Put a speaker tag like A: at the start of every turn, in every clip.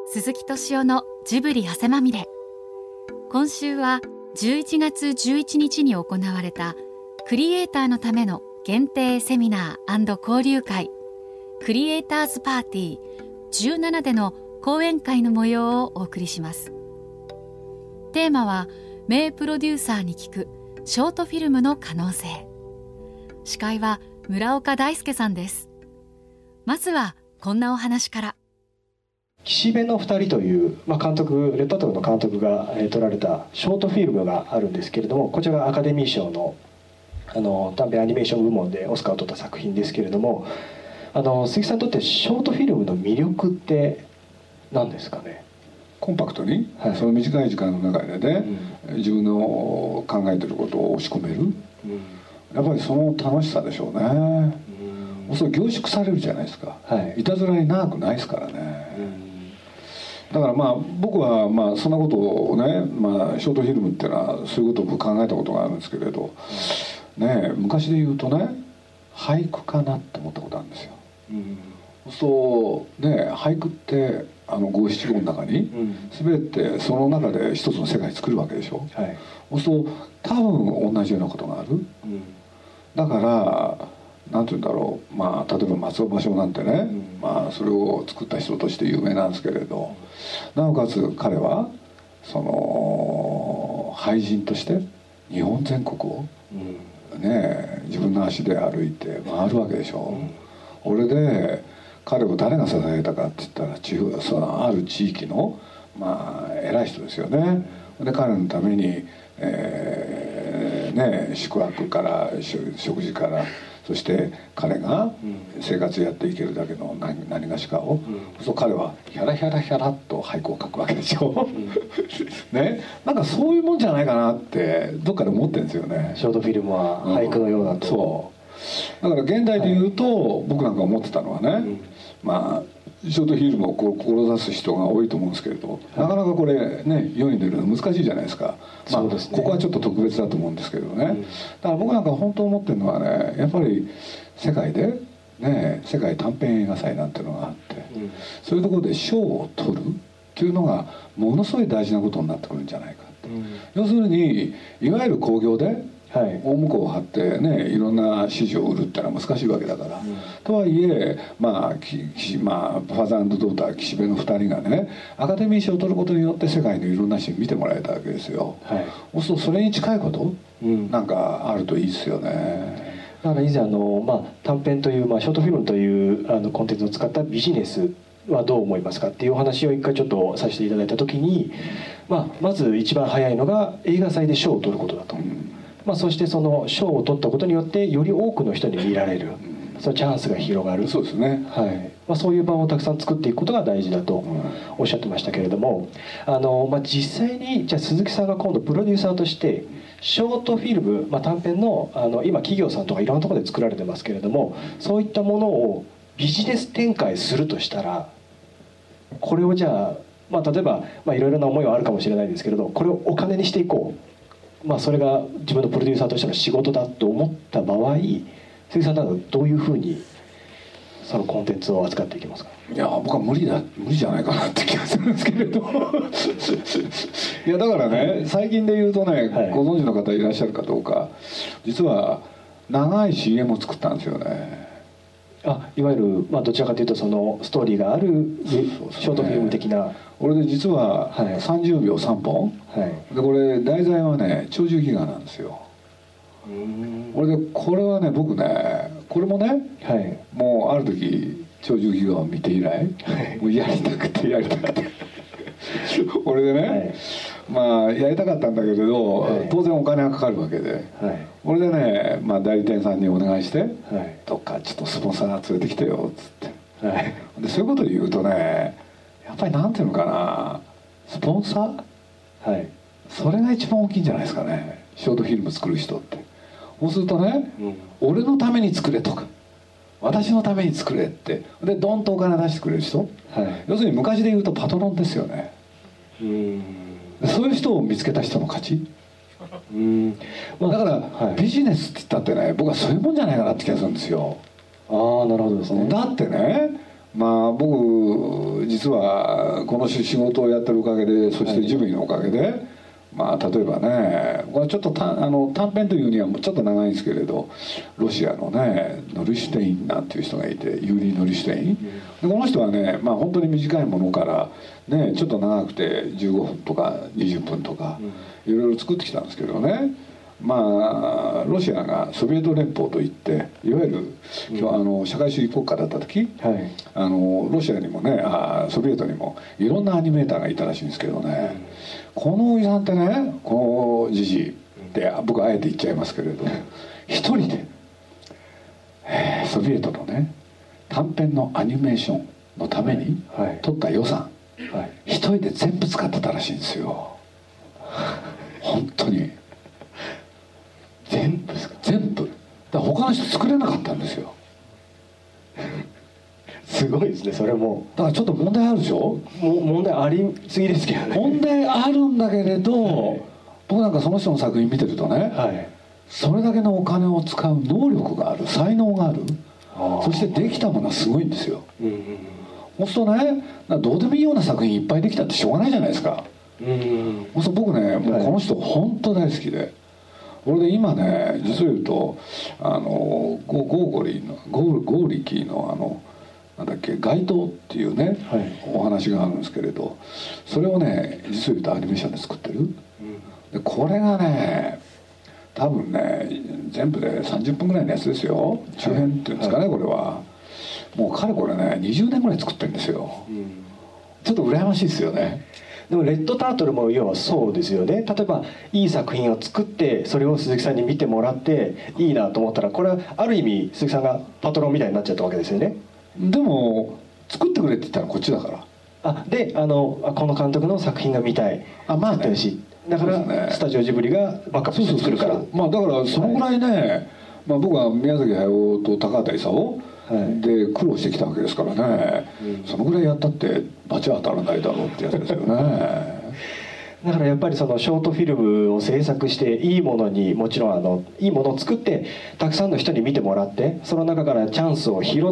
A: 鈴木敏夫のジブリ汗まみれ。今週は11月11日に行われたクリエイターのための限定セミナー&交流会クリエイターズパーティー17での講演会の模様をお送りします。テーマは名プロデューサーに聞くショートフィルムの可能性。司会は村岡大輔さんです。まずはこんなお話から。
B: 岸辺の2人という、監督、レッドアトムの監督が撮られたショートフィルムがあるんですけれども、こちらがアカデミー賞の短編アニメーション部門でオスカーを取った作品ですけれども、鈴木さんにとってショートフィルムの魅力って何ですかね。
C: コンパクトに、その短い時間の中でね、自分の考えてることを押し込める、やっぱりその楽しさでしょうね。そう凝縮されるじゃないですか、いたずらに長くないですからね。だから僕はそんなことをね、ショートフィルムっていうのはそういうことを考えたことがあるんですけれど、昔で言うとね、俳句かなって思ったことあるんですよ。そうね、俳句って五七五の中に全てその中で一つの世界作るわけでしょ。そう多分同じようなことがある。だからなんて言うんだろう、例えば松尾芭蕉なんてね、それを作った人として有名なんですけれど、なおかつ彼はその俳人として日本全国を、自分の足で歩いて回るわけでしょ。俺で彼を誰が支えたかって言ったらそのある地域の偉い人ですよね。で彼のために、宿泊から食事からそして彼が生活やっていけるだけの何がしかを、そう彼はヒャラヒャラヒャラっと俳句を書くわけでしょ。なんかそういうもんじゃないかなってどっかで思ってるんですよね。
B: ショートフィルムは俳句のようだと。
C: そうだから現代で言うと、僕なんか思ってたのはね、ショートフィルムを志す人が多いと思うんですけれど、なかなかこれね世に出るの難しいじゃないですか。ここはちょっと特別だと思うんですけどね。だから僕なんか本当思ってるのはね、やっぱり世界でね、世界短編映画祭なんていうのがあって、そういうところで賞を取るっていうのがものすごい大事なことになってくるんじゃないかって。要するにいわゆる興行で大向こうを張ってね、いろんな支持を売るってのは難しいわけだから、とはいえファーザー&ドーター岸辺の2人がねアカデミー賞を取ることによって世界のいろんな人に見てもらえたわけですよ。そうするとそれに近いこと、なんかあるといいですよね。
B: だから以前短編という、ショートフィルムというコンテンツを使ったビジネスはどう思いますかっていうお話を一回ちょっとさせていただいた時に、まず一番早いのが映画祭で賞を取ることだと。そしてその賞を取ったことによってより多くの人に見られる、そのチャンスが広がる。
C: そうですね。
B: そういう場をたくさん作っていくことが大事だとおっしゃってましたけれども、実際にじゃあ鈴木さんが今度プロデューサーとしてショートフィルム、短編の今企業さんとかいろんなところで作られてますけれども、そういったものをビジネス展開するとしたら、これをじゃあ、例えばいろいろな思いはあるかもしれないですけれど、これをお金にしていこう、それが自分のプロデューサーとしての仕事だと思った場合、鈴木さんはどういうふうにそのコンテンツを扱っていきますか。
C: いや僕は無理じゃないかなって気がするんですけれどいやだからね、最近で言うとね、ご存知の方いらっしゃるかどうか、実は長い CM を作ったんですよね。
B: いわゆる、どちらかというとそのストーリーがあるショートフィルム的な。
C: 俺で実は30秒3本、でこれ題材はね鳥獣戯画なんですよ。俺でこれはね、僕ねこれもね、もうある時鳥獣戯画を見て以来、もうやりたくて俺でね、やりたかったんだけれど、当然お金がかかるわけで、俺でね、代理店さんにお願いして、どっかちょっとスポンサー連れてきてよっつって、でそういうことで言うとね、やっぱりなんていうのかな、スポンサー、それが一番大きいんじゃないですかね、ショートフィルム作る人って。そうするとね、俺のために作れとか私のために作れってでドンとお金出してくれる人、要するに昔で言うとパトロンですよね。そういう人を見つけた人の勝ち。だから、ビジネスって言ったってね、僕はそういうもんじゃないかなって気がするんですよ。
B: なるほどですね。
C: だってね、 まあ僕実はこの仕事をやってるおかげで、そしてジブリのおかげで、まあ例えばね、これちょっと短編というにはちょっと長いんですけれど、ロシアのねノリシュテインなんていう人がいて、ユーリー・ノリシュテインで、この人はね、まあ本当に短いものからね、ちょっと長くて15分とか20分とかいろいろ作ってきたんですけどね、まあロシアがソビエト連邦といって、いわゆる社会主義国家だった時、ロシアにもね、ソビエトにもいろんなアニメーターがいたらしいんですけどね、このおじさんってね、このじじいって僕あえて言っちゃいますけれど、一人で、ソビエトのね短編のアニメーションのために取った予算、一人で全部使ってたらしいんですよ。本当に
B: 全部ですか？
C: 全部だから他の人作れなかったんですよ。
B: すごいですね、それも。
C: だからちょっと問題あるでしょ。
B: 問題ありすぎですけどね。
C: 問題あるんだけれど、僕なんかその人の作品見てるとね、それだけのお金を使う能力がある、才能がある、そしてできたものはすごいんですよ。そうするとね、どうでもいいような作品いっぱいできたってしょうがないじゃないですか。そうすると僕ね、もうこの人本当大好きで、俺で今ね、実を言うとゴーリキーのなんだっけ、街頭っていうね、お話があるんですけれど、それをね実を言うとアニメーションで作ってる。でこれがね多分ね全部で30分ぐらいのやつですよ。中編っていうんですかね、これはもうかれこれね20年ぐらい作ってるんですよ。ちょっと羨ましいですよね。
B: でもレッドタートルも要はそうですよね。例えばいい作品を作って、それを鈴木さんに見てもらっていいなと思ったら、これはある意味鈴木さんがパトロンみたいになっちゃったわけですよね。
C: でも作ってくれって言ったらこっちだから。
B: でこの監督の作品が見たい、
C: まあね、
B: だから、スタジオジブリがバックアップして作るから。
C: まあだからそのぐらいね、まあ僕は宮崎駿と高畑勲で苦労してきたわけですからね、そのぐらいやったって罰は当たらないだろうってやつですよね。
B: だからやっぱりそのショートフィルムを制作して、いいものにもちろんいいものを作ってたくさんの人に見てもらって、その中からチャンスを拾って、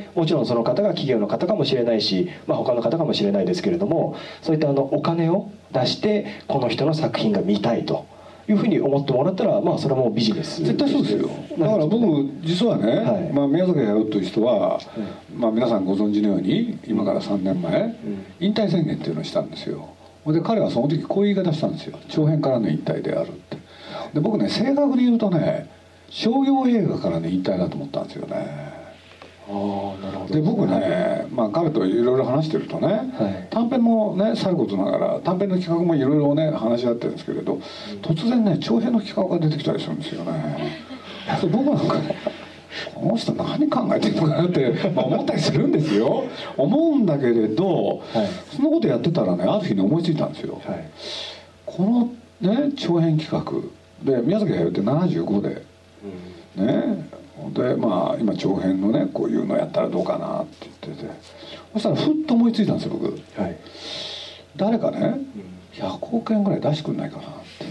B: もちろんその方が企業の方かもしれないし、他の方かもしれないですけれども、そういったお金を出してこの人の作品が見たいというふうに思ってもらったら、それはもうビジネス。
C: 絶対そうですよ。だから僕実はね、宮崎駿という人は、皆さんご存知のように今から3年前、引退宣言っていうのをしたんですよ。で彼はその時こういう言い方したんですよ。長編からの引退であるって。で僕ね、正確に言うとね、商業映画からの引退だと思ったんですよね。
B: なるほど。
C: で僕ね、彼といろいろ話してるとね、短編もねさることながら短編の企画もいろいろね話し合ってるんですけれど、突然ね長編の企画が出てきたりするんですよね。僕なんかこの人何考えてるのかなって思ったりするんですよ。思うんだけれど、そのことやってたらね、ある日に思いついたんですよ。このね長編企画で宮崎駿って75で、ねで今長編のねこういうのやったらどうかなって言ってて、そしたらふっと思いついたんですよ僕。誰かね100億円ぐらい出してくんないかなって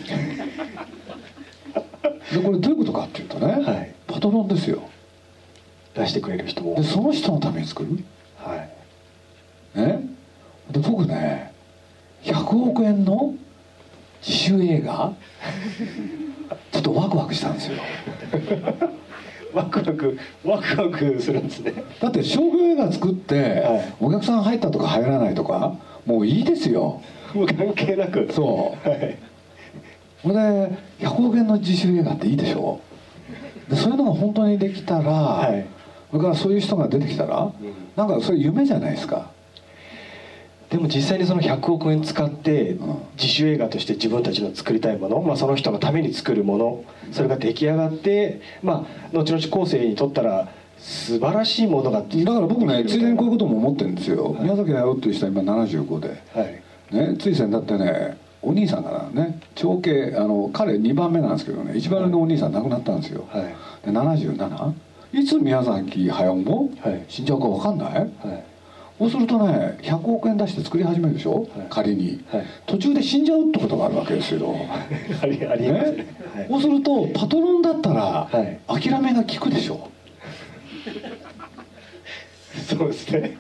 C: 。でこれどういうことかっていうとね、パトロンですよ。
B: 出してくれる人も。
C: でその人のために作る。ね。で僕ね100億円の自主映画ちょっとワクワクしたんですよ。
B: ワクワクするんですね。
C: だって商業映画作って、お客さん入ったとか入らないとかもういいですよ。
B: もう関係なく。
C: そう。これで100億円の自主映画っていいでしょ。でそういうのが本当にできたら、それからそういう人が出てきたら、なんかそれ夢じゃないですか。
B: でも実際にその100億円使って自主映画として自分たちの作りたいもの、その人のために作るもの、それが出来上がって、後々後世にとったら素晴らしいものが。だ
C: から僕ねついでにこういうことも思ってるんですよ。宮崎駿っていう人は今75で、つい先だってねお兄さんがね長兄彼2番目なんですけどね、一番上のお兄さん亡くなったんですよ。で77、いつ宮崎駿も死んじゃうか分かんない。そうするとね100億円出して作り始めるでしょ、仮に、途中で死んじゃうってことがあるわけですよ。
B: ありますね。
C: そうするとパトロンだったら諦めが効くでしょ。
B: そうですね。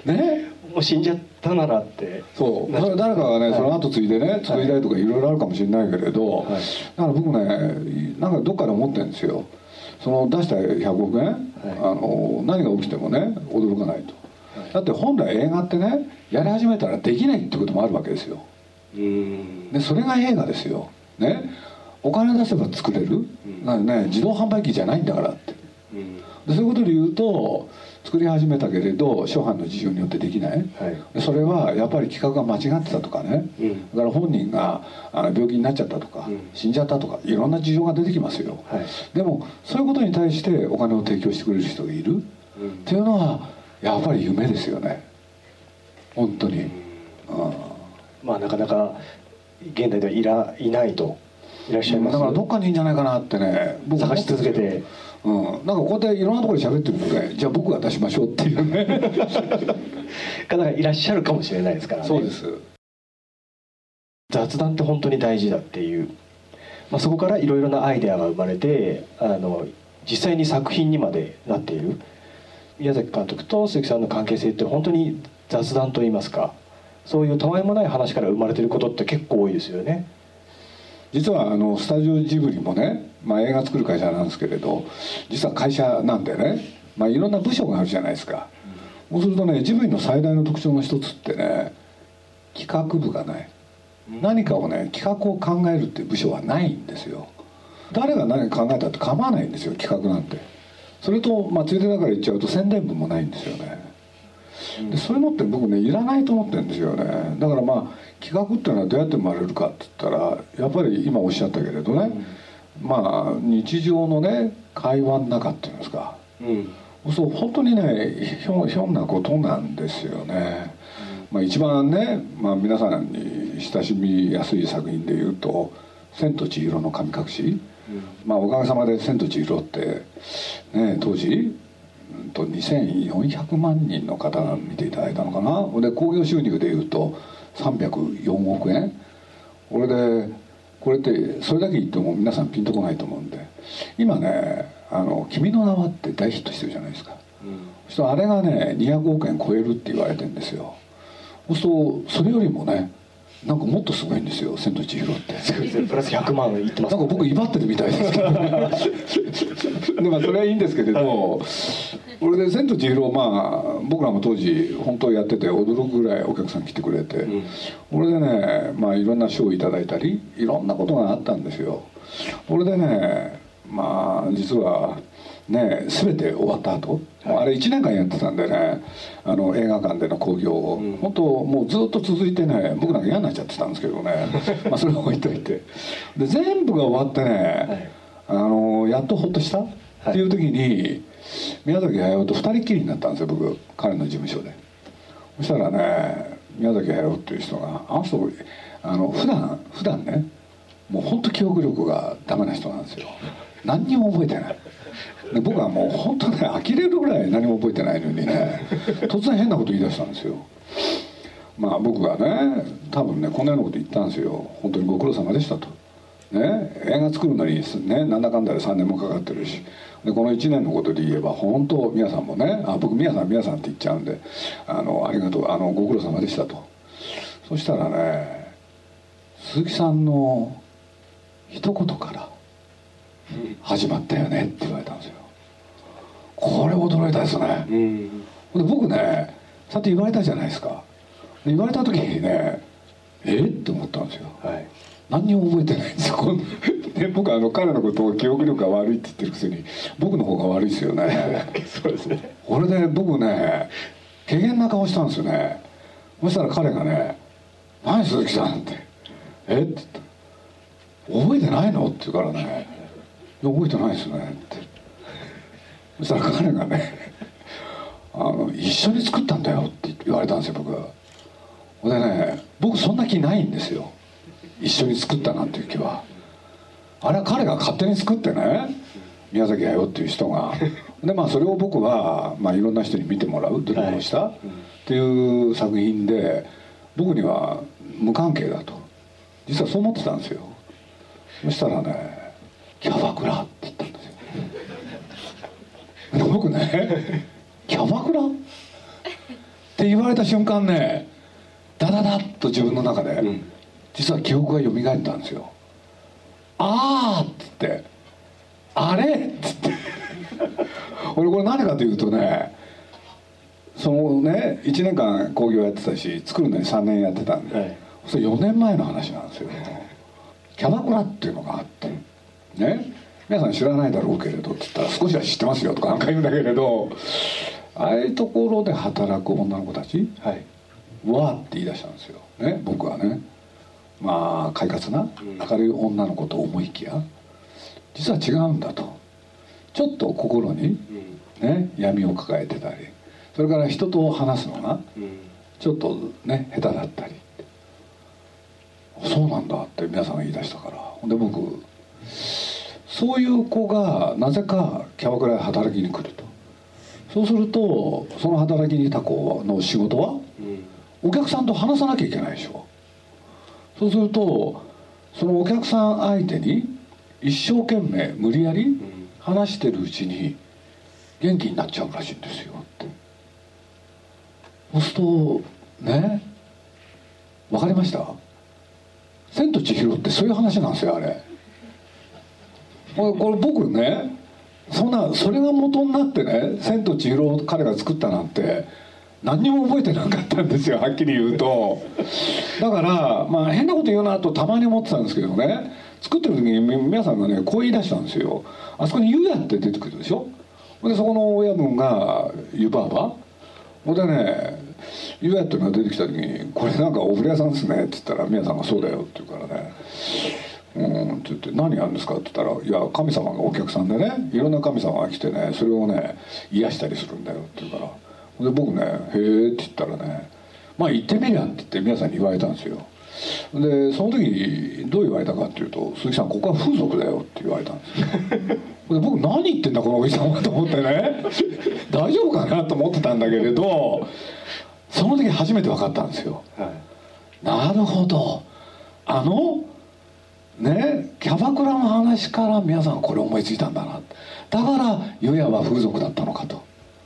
C: ね、
B: もう死んじゃったならって。
C: そう誰かがね、その後継いでね作りたいとかいろいろあるかもしれないけれど、だから僕ねなんかどっかで思ってるんですよ。その出した100億円、何が起きてもね驚かないと。だって本来映画ってねやり始めたらできないってこともあるわけですよ。でそれが映画ですよ。ね、お金出せば作れる、なんでね、自動販売機じゃないんだからって。でそういうことで言うと作り始めたけれど諸般の事情によってできない、それはやっぱり企画が間違ってたとかね、だから本人が病気になっちゃったとか、死んじゃったとかいろんな事情が出てきますよ、でもそういうことに対してお金を提供してくれる人がいる、っていうのはやっぱり夢ですよね本当に、
B: まあなかなか現代ではいないといらっしゃいます。
C: だからどっかにいいんじゃないかなってね僕
B: 探し続けて、
C: なんかこうやっていろんなところで喋ってるのでじゃあ僕が出しましょうっていうね
B: 方がいらっしゃるかもしれないですからね。
C: そうです。
B: 雑談って本当に大事だっていう、そこからいろいろなアイデアが生まれて実際に作品にまでなっている宮崎監督と鈴木さんの関係性って本当に雑談といいますか、そういうたわいもない話から生まれていることって結構多いですよね。
C: 実はスタジオジブリもね、映画作る会社なんですけれど実は会社なんでね、いろんな部署があるじゃないですか、そうするとねジブリの最大の特徴の一つってね企画部がない、何かをね企画を考えるっていう部署はないんですよ。誰が何考えたって構わないんですよ企画なんて。それとついでだから言っちゃうと宣伝部もないんですよね。でそういうのって僕ねいらないと思ってるんですよね。だから企画っていうのはどうやって生まれるかって言ったらやっぱり今おっしゃったけれどね、日常のね会話の中っていうんですか、そう本当にねひょんなことなんですよね。一番ね、皆さんに親しみやすい作品でいうと「千と千尋の神隠し」、おかげさまで「千と千尋」ってね当時2400万人の方が見ていただいたのかな。で興行収入でいうと304億円。これってそれだけ言っても皆さんピンとこないと思うんで、今ね「君の名は」って大ヒットしてるじゃないですか、そしてあれがね200億円超えるって言われてるんですよ。そうするとそれよりもねなんかもっとすごいんですよ「千と千尋」って。
B: プラス100万いってます、
C: なんか僕威張ってるみたいですけどねでそれはいいんですけれど、これで「千と千尋」僕らも当時本当やってて驚くぐらいお客さん来てくれて、これでねいろんな賞をいただいたりいろんなことがあったんですよ。これでね実はね全て終わった後、あれ1年間やってたんでね映画館での興行を、本当もうずっと続いてね僕なんか嫌になっちゃってたんですけどねそれを置いといてで全部が終わってね、やっとほっとしたっていう時に宮崎駿と2人きりになったんですよ僕彼の事務所で。そしたらね宮崎駿っていう人が人普段ねもう本当記憶力がダメな人なんですよ。何にも覚えてない。で僕はもう本当ね呆れるぐらい何も覚えてないのにね突然変なこと言い出したんですよ。僕がね多分ねこんなようなこと言ったんですよ。本当にご苦労様でしたと。映画作るのにねなんだかんだで3年もかかってるし、でこの1年のことで言えば本当皆さんもね僕皆さんって言っちゃうんでありがとうご苦労様でしたと。そしたらね鈴木さんの一言から始まったよねって言われたんですよ。これ驚いたですね。で僕ねそうやって言われたじゃないですか。言われた時にねって思ったんですよ、何にも覚えてないんですよで僕彼のことを記憶力が悪いって言ってるくせに僕の方が悪いですよね
B: そうですね。
C: これで僕ね怪げな顔したんですよね。そしたら彼がね「何鈴木さん」って「って言った「覚えてないの?」って言うからね「覚えてないですね」ってそしたら彼がね一緒に作ったんだよって言われたんですよ僕は。でね僕そんな気ないんですよ、一緒に作ったなんていう気は。あれは彼が勝手に作ってね宮崎駿っていう人がでそれを僕はいろんな人に見てもらう努力をしたっていう作品で僕には無関係だと実はそう思ってたんですよ。そしたらね「キャバクラ」って言ったんですよ僕ね「キャバクラ?」ってって言われた瞬間ね、ダダダッと自分の中で、実は記憶が蘇ったんですよ。あーっつって、あれっつって俺これ何かというとね、そのね1年間興行やってたし、作るのに3年やってたんで、はい、それ4年前の話なんですよ。キャバクラっていうのがあってね、皆さん知らないだろうけれどって言ったら、少しは知ってますよとかなんか言うんだけれど、ああいうところで働く女の子たち、はい、わーって言い出したんですよ、ね、僕はね。まあ快活な明るい女の子と思いきや、実は違うんだと。ちょっと心に、ね、闇を抱えてたり、それから人と話すのがちょっとね下手だったり、そうなんだって皆さんが言い出したから、ほんで僕、そういう子がなぜかキャバクラで働きに来ると。そうするとその働きに来た子の仕事は、お客さんと話さなきゃいけないでしょ。そうするとそのお客さん相手に一生懸命無理やり話してるうちに元気になっちゃうらしいんですよって。そうするとね、わかりました？千と千尋ってそういう話なんですよ、あれ。これ僕ね、それが元になってね、千と千尋を彼が作ったなんて何にも覚えてなかったんですよ、はっきり言うと。だからまあ変なこと言うなとたまに思ってたんですけどね、作ってる時に皆さんがねこう言い出したんですよ。あそこに湯屋って出てくるでしょ。でそこの親分が湯婆婆ほんでね、湯屋っていうのが出てきた時に「これなんかお風呂屋さんですね」って言ったら、宮さんが「そうだよ」って言うからね「って言って「何やるんですか?」って言ったら「いや神様がお客さんでね、いろんな神様が来てね、それをね癒したりするんだよ」って言うから、で僕ね「へえ」って言ったらね「まあ行ってみりゃ」って言って皆さんに言われたんですよ。でその時どう言われたかっていうと「鈴木さんここは風俗だよ」って言われたんですよ。で僕何言ってんだこのおじさんはと思ってね大丈夫かなと思ってたんだけれど、その時初めて分かったんですよ、はい、なるほど、ねキャバクラの話から皆さんこれ思いついたんだな、だから湯屋は風俗だったのかと。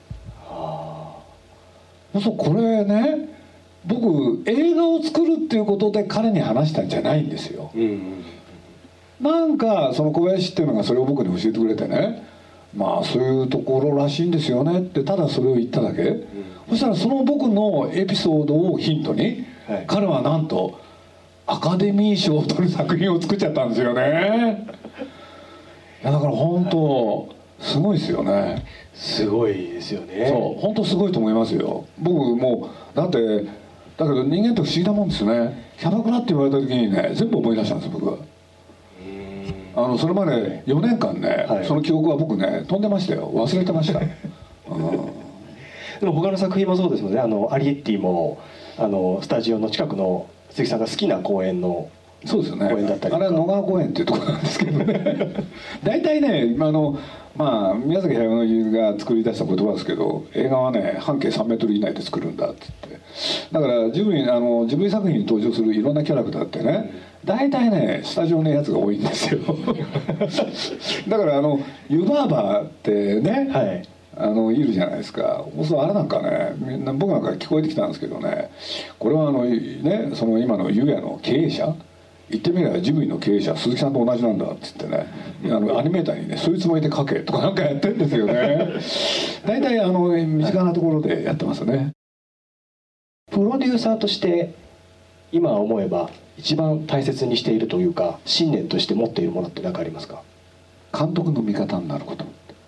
C: そうこれね、僕映画を作るっていうことで彼に話したんじゃないんですよ、なんかその小林っていうのがそれを僕に教えてくれてね、まあそういうところらしいんですよねってただそれを言っただけ、そしたらその僕のエピソードをヒントに、はい、彼はなんとアカデミー賞を取る作品を作っちゃったんですよね。いやだから本当すごいですよね。
B: すごいですよね。
C: そう本当すごいと思いますよ。僕もうだってだけど人間って不思議なもんですね。キャバクラって言われた時にね全部思い出したんです僕は。それまで4年間ね、はい、その記憶は僕ね飛んでましたよ。忘れてました。で
B: も他の作品もそうですので、アリエッティもスタジオの近くの鈴木さんが好きな公園の
C: そうですよね、
B: 公園だったりとか、
C: あれは野川公園っていうところなんですけどね大体ねまあ宮崎駿が作り出した言葉ですけど、映画はね半径3メートル以内で作るんだって言って、だからジブリ作品に登場するいろんなキャラクターってね大体ねスタジオのやつが多いんですよだから湯婆婆ってね、はい、いるじゃないですか。あれなんかね僕なんか聞こえてきたんですけどね、これはねその今の湯屋の経営者、言ってみればジブリの経営者鈴木さんと同じなんだっつってねアニメーターにねそういうつもりで書けとかなんかやってるんですよね大体身近なところでやってますね。
B: プロデューサーとして今思えば一番大切にしているというか信念として持っているものって何かありますか？
C: 監督の味方になること。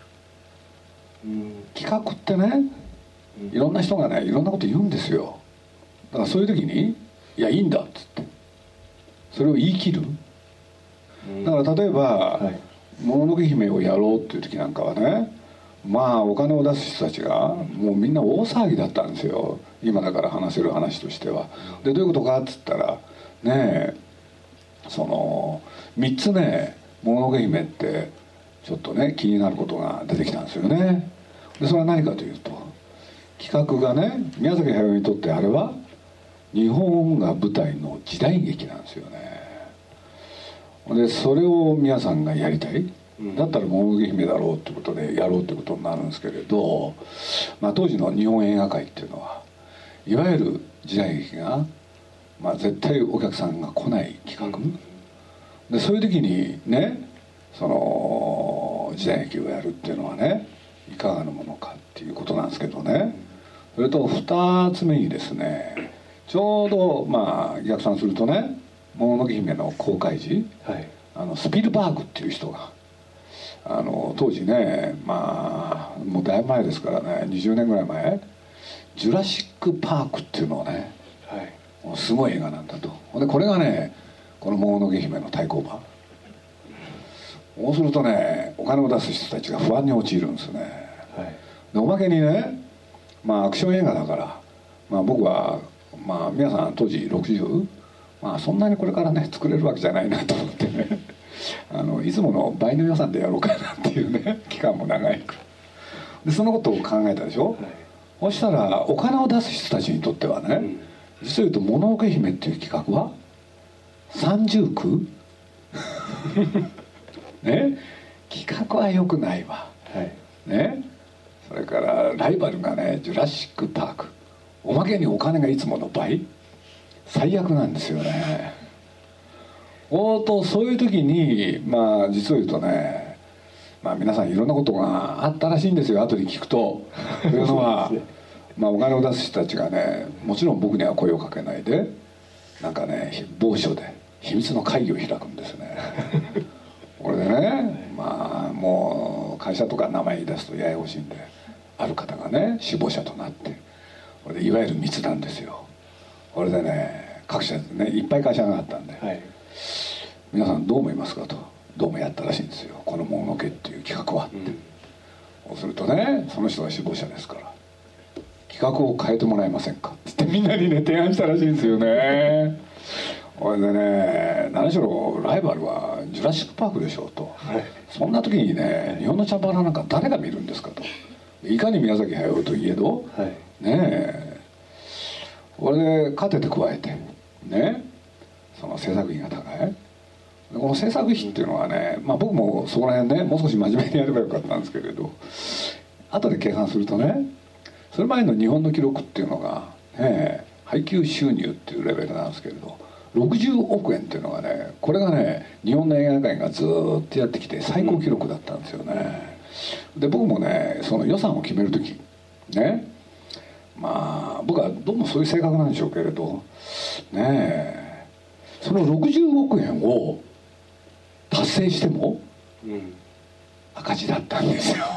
C: 企画ってねいろんな人がねいろんなこと言うんですよ。だからそういう時に「いやいいんだ」っつってそれを言い切る。だから例えば「もののけ姫」をやろうっていう時なんかはね、まあお金を出す人たちがもうみんな大騒ぎだったんですよ、今だから話せる話としては。でどういうことかっつったらねその3つね「もののけ姫」ってちょっとね気になることが出てきたんですよね。でそれは何かというと、企画がね宮崎駿にとってあれは日本が舞台の時代劇なんですよね。でそれを皆さんがやりたい、だったら「もののけ姫」だろうってことでやろうってことになるんですけれど、まあ、当時の日本映画界っていうのはいわゆる時代劇が、絶対お客さんが来ない企画、でそういう時にねその時代劇をやるっていうのはねいかがなものかっていうことなんですけどね。それと2つ目にですね、ちょうど逆算するとね「もののけ姫」の公開時、スピルバーグっていう人が当時ねもうだいぶ前ですからね20年ぐらい前「ジュラシック・パーク」っていうのをね、すごい映画なんだと。でこれがねこの「もののけ姫」の対抗馬。そうするとねお金を出す人たちが不安に陥るんですね、でおまけにねアクション映画だから、僕は皆さん当時60、そんなにこれからね作れるわけじゃないなと思ってねいつもの倍の予算でやろうかなっていうね期間も長いでそのことを考えたでしょ、そしたらお金を出す人たちにとってはね、実を言うと「もののけ姫」っていう企画は30区ね、企画は良くないわ、ね、それからライバルがね「ジュラシック・パーク」、おまけにお金がいつもの倍、最悪なんですよね。そういう時に実を言うとね皆さんいろんなことがあったらしいんですよ後で聞くと。というのはお金を出す人たちがねもちろん僕には声をかけないでなんかね某所で秘密の会議を開くんですねこれでねもう会社とか名前言い出すとややこしいんである方がね首謀者となってこれでいわゆる密談ですよ。これでね各社ねいっぱい会社があったんで、皆さんどう思いますかと。どうもやったらしいんですよこの「もののけ」っていう企画はって、そうするとねその人が首謀者ですから企画を変えてもらえませんかってみんなにね提案したらしいんですよねこれでね何しろライバルは「ジュラシック・パーク」でしょうと、そんな時にね日本のチャンバラなんか誰が見るんですかと。いかに宮崎駿といえど、これで勝てて加えてねその制作費が高い。この制作費っていうのはね、僕もそこら辺ねもう少し真面目にやればよかったんですけれど、後で計算するとねそれ前の日本の記録っていうのが、配給収入っていうレベルなんですけれど60億円っていうのがねこれがね日本の映画界がずっとやってきて最高記録だったんですよね。で僕もねその予算を決める時ね僕はどうもそういう性格なんでしょうけれどねその60億円を達成しても赤字だったんですよ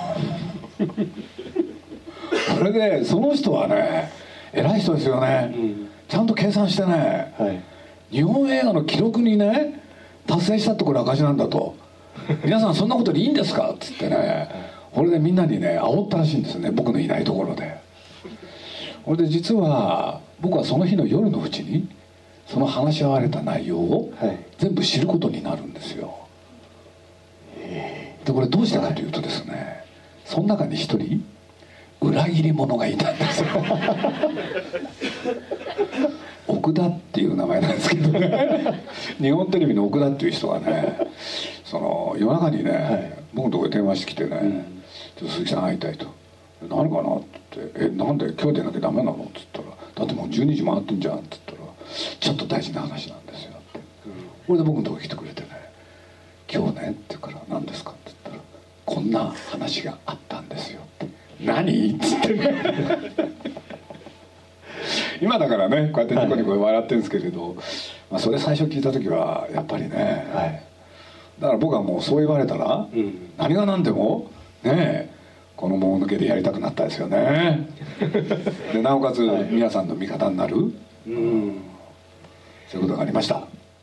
C: これでその人はね偉い人ですよね、ちゃんと計算してね、日本映画の記録にね達成したってこれ赤字なんだと皆さんそんなことでいいんですかっつってねこれでみんなにね煽ったらしいんですね僕のいないところで。これで実は僕はその日の夜のうちにその話し合われた内容を全部知ることになるんですよ。でこれどうしてかというとですねその中に一人裏切り者がいたんですよ奥田っていう名前なんですけどね日本テレビの奥田っていう人がねその夜中にね、僕のところに電話してきてね「ちょっと鈴木さん会いたい」と「何かな?」って言って「なんで今日出なきゃダメなの?」って言ったら「だってもう12時回ってんじゃん」って言ったら「ちょっと大事な話なんですよ」って、これで僕のところに来てくれてね「今日ね」って言うから「何ですか?」って言ったら「こんな話があったんですよ」って「何?」っつってね今だからねこうやってニコニコ笑ってるんですけれど、それ最初聞いた時はやっぱりね、だから僕はもうそう言われたら、何が何でもねこのもののけでやりたくなったですよねでなおかつ皆さんの味方になる、そういうことがありました。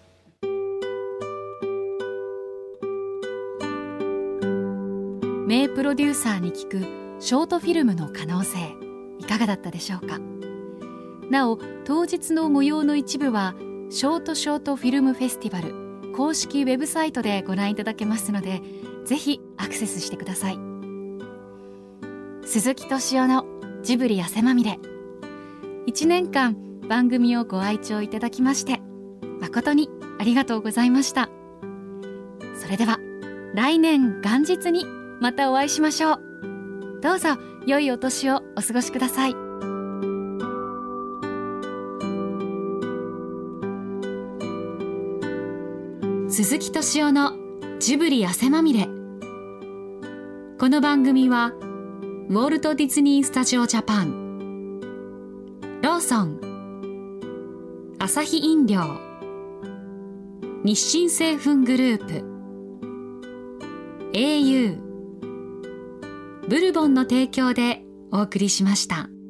A: 名プロデューサーに聞くショートフィルムの可能性いかがだったでしょうか。なお当日の模様の一部はショートフィルムフェスティバル公式ウェブサイトでご覧いただけますのでぜひアクセスしてください。鈴木敏夫のジブリ汗まみれ、1年間番組をご愛聴いただきまして誠にありがとうございました。それでは来年元日にまたお会いしましょう。どうぞ良いお年をお過ごしください。 鈴木敏夫のジブリ汗まみれ。この番組はウォルト・ディズニー・スタジオ・ジャパン、ローソン、アサヒ飲料、日清製粉グループ、au、ブルボンの提供でお送りしました。